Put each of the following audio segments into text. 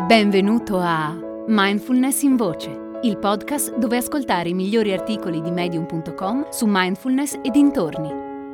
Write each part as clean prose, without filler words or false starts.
Benvenuto a Mindfulness in Voce, il podcast dove ascoltare i migliori articoli di Medium.com su mindfulness e dintorni.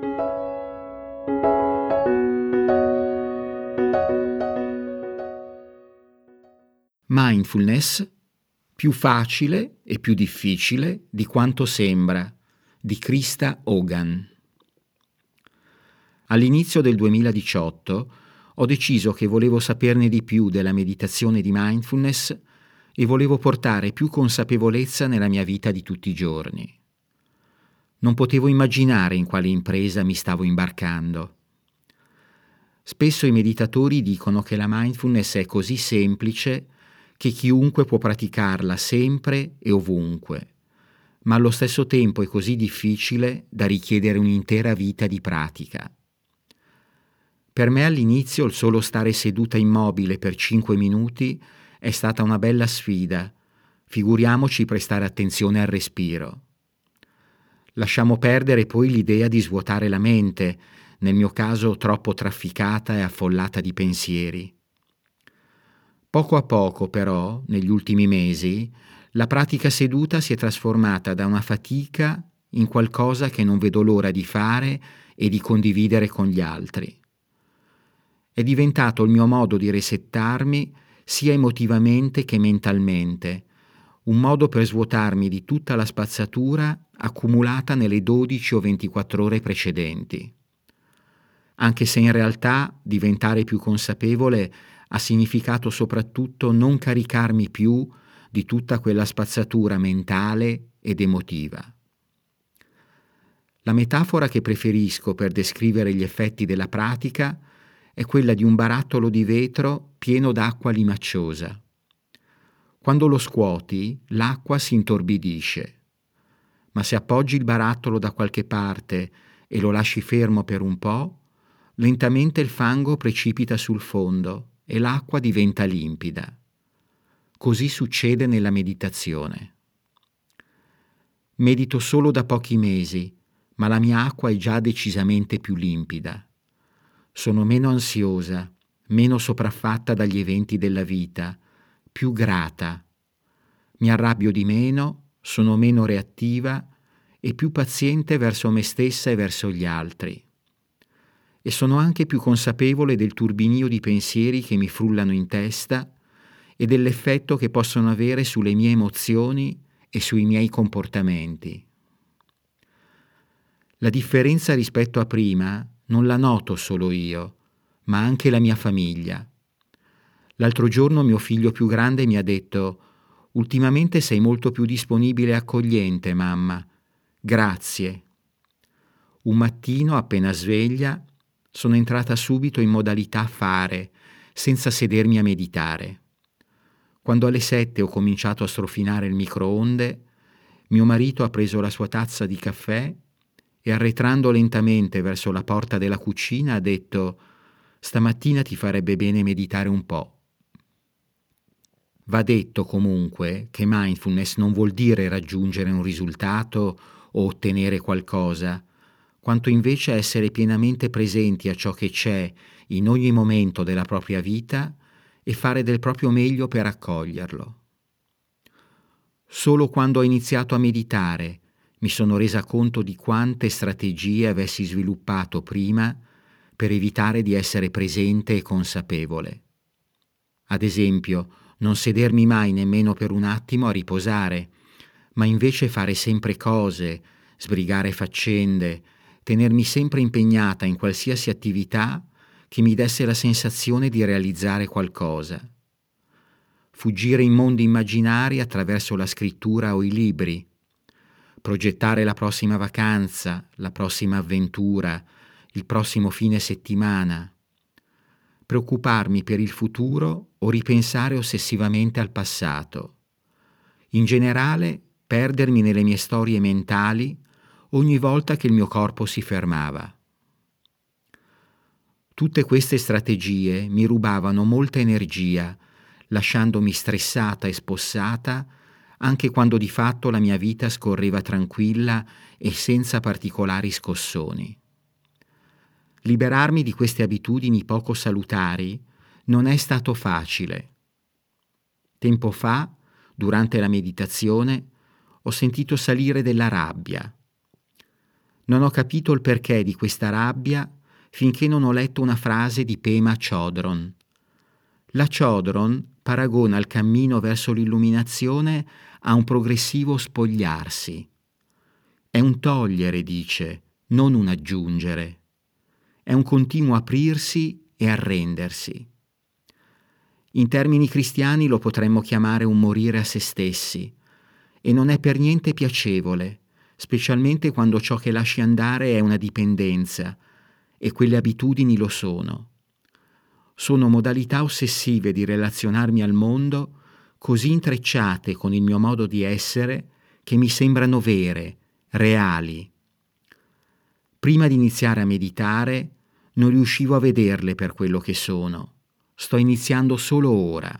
Mindfulness, più facile e più difficile di quanto sembra, di Krista Hogan. All'inizio del 2018 ho deciso che volevo saperne di più della meditazione di mindfulness e volevo portare più consapevolezza nella mia vita di tutti i giorni. Non potevo immaginare in quale impresa mi stavo imbarcando. Spesso i meditatori dicono che la mindfulness è così semplice che chiunque può praticarla sempre e ovunque, ma allo stesso tempo è così difficile da richiedere un'intera vita di pratica. Per me all'inizio il solo stare seduta immobile per 5 minuti è stata una bella sfida, figuriamoci prestare attenzione al respiro. Lasciamo perdere poi l'idea di svuotare la mente, nel mio caso troppo trafficata e affollata di pensieri. Poco a poco però, negli ultimi mesi, la pratica seduta si è trasformata da una fatica in qualcosa che non vedo l'ora di fare e di condividere con gli altri. È diventato il mio modo di resettarmi sia emotivamente che mentalmente, un modo per svuotarmi di tutta la spazzatura accumulata nelle 12 o 24 ore precedenti. Anche se in realtà diventare più consapevole ha significato soprattutto non caricarmi più di tutta quella spazzatura mentale ed emotiva. La metafora che preferisco per descrivere gli effetti della pratica è quella di un barattolo di vetro pieno d'acqua limacciosa. Quando lo scuoti, l'acqua si intorbidisce, ma se appoggi il barattolo da qualche parte e lo lasci fermo per un po', lentamente il fango precipita sul fondo e l'acqua diventa limpida. Così succede nella meditazione. Medito solo da pochi mesi, ma la mia acqua è già decisamente più limpida. Sono meno ansiosa, meno sopraffatta dagli eventi della vita, più grata. Mi arrabbio di meno, sono meno reattiva e più paziente verso me stessa e verso gli altri. E sono anche più consapevole del turbinio di pensieri che mi frullano in testa e dell'effetto che possono avere sulle mie emozioni e sui miei comportamenti. La differenza rispetto a prima non la noto solo io, ma anche la mia famiglia. L'altro giorno mio figlio più grande mi ha detto: «Ultimamente sei molto più disponibile e accogliente, mamma. Grazie». Un mattino, appena sveglia, sono entrata subito in modalità fare, senza sedermi a meditare. Quando alle 7 ho cominciato a strofinare il microonde, mio marito ha preso la sua tazza di caffè e arretrando lentamente verso la porta della cucina ha detto: «Stamattina ti farebbe bene meditare un po'». Va detto comunque che mindfulness non vuol dire raggiungere un risultato o ottenere qualcosa, quanto invece essere pienamente presenti a ciò che c'è in ogni momento della propria vita e fare del proprio meglio per accoglierlo. Solo quando ho iniziato a meditare mi sono resa conto di quante strategie avessi sviluppato prima per evitare di essere presente e consapevole. Ad esempio, non sedermi mai nemmeno per un attimo a riposare, ma invece fare sempre cose, sbrigare faccende, tenermi sempre impegnata in qualsiasi attività che mi desse la sensazione di realizzare qualcosa. Fuggire in mondi immaginari attraverso la scrittura o i libri, progettare la prossima vacanza, la prossima avventura, il prossimo fine settimana, preoccuparmi per il futuro o ripensare ossessivamente al passato. In generale, perdermi nelle mie storie mentali ogni volta che il mio corpo si fermava. Tutte queste strategie mi rubavano molta energia, lasciandomi stressata e spossata anche quando di fatto la mia vita scorreva tranquilla e senza particolari scossoni. Liberarmi di queste abitudini poco salutari non è stato facile. Tempo fa, durante la meditazione, ho sentito salire della rabbia. Non ho capito il perché di questa rabbia finché non ho letto una frase di Pema Chodron. La Chodron paragona il cammino verso l'illuminazione a un progressivo spogliarsi. È un togliere, dice, non un aggiungere. È un continuo aprirsi e arrendersi. In termini cristiani lo potremmo chiamare un morire a se stessi, e non è per niente piacevole, specialmente quando ciò che lasci andare è una dipendenza, e quelle abitudini lo sono. Sono modalità ossessive di relazionarmi al mondo, così intrecciate con il mio modo di essere, che mi sembrano vere, reali. Prima di iniziare a meditare, non riuscivo a vederle per quello che sono. Sto iniziando solo ora.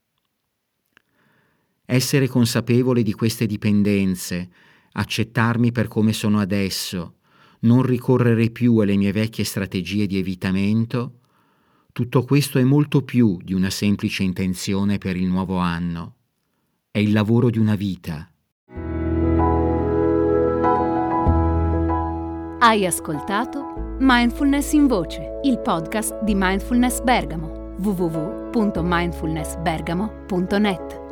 Essere consapevole di queste dipendenze, accettarmi per come sono adesso, non ricorrere più alle mie vecchie strategie di evitamento, tutto questo è molto più di una semplice intenzione per il nuovo anno. È il lavoro di una vita. Hai ascoltato Mindfulness in Voce, il podcast di Mindfulness Bergamo, www.mindfulnessbergamo.net.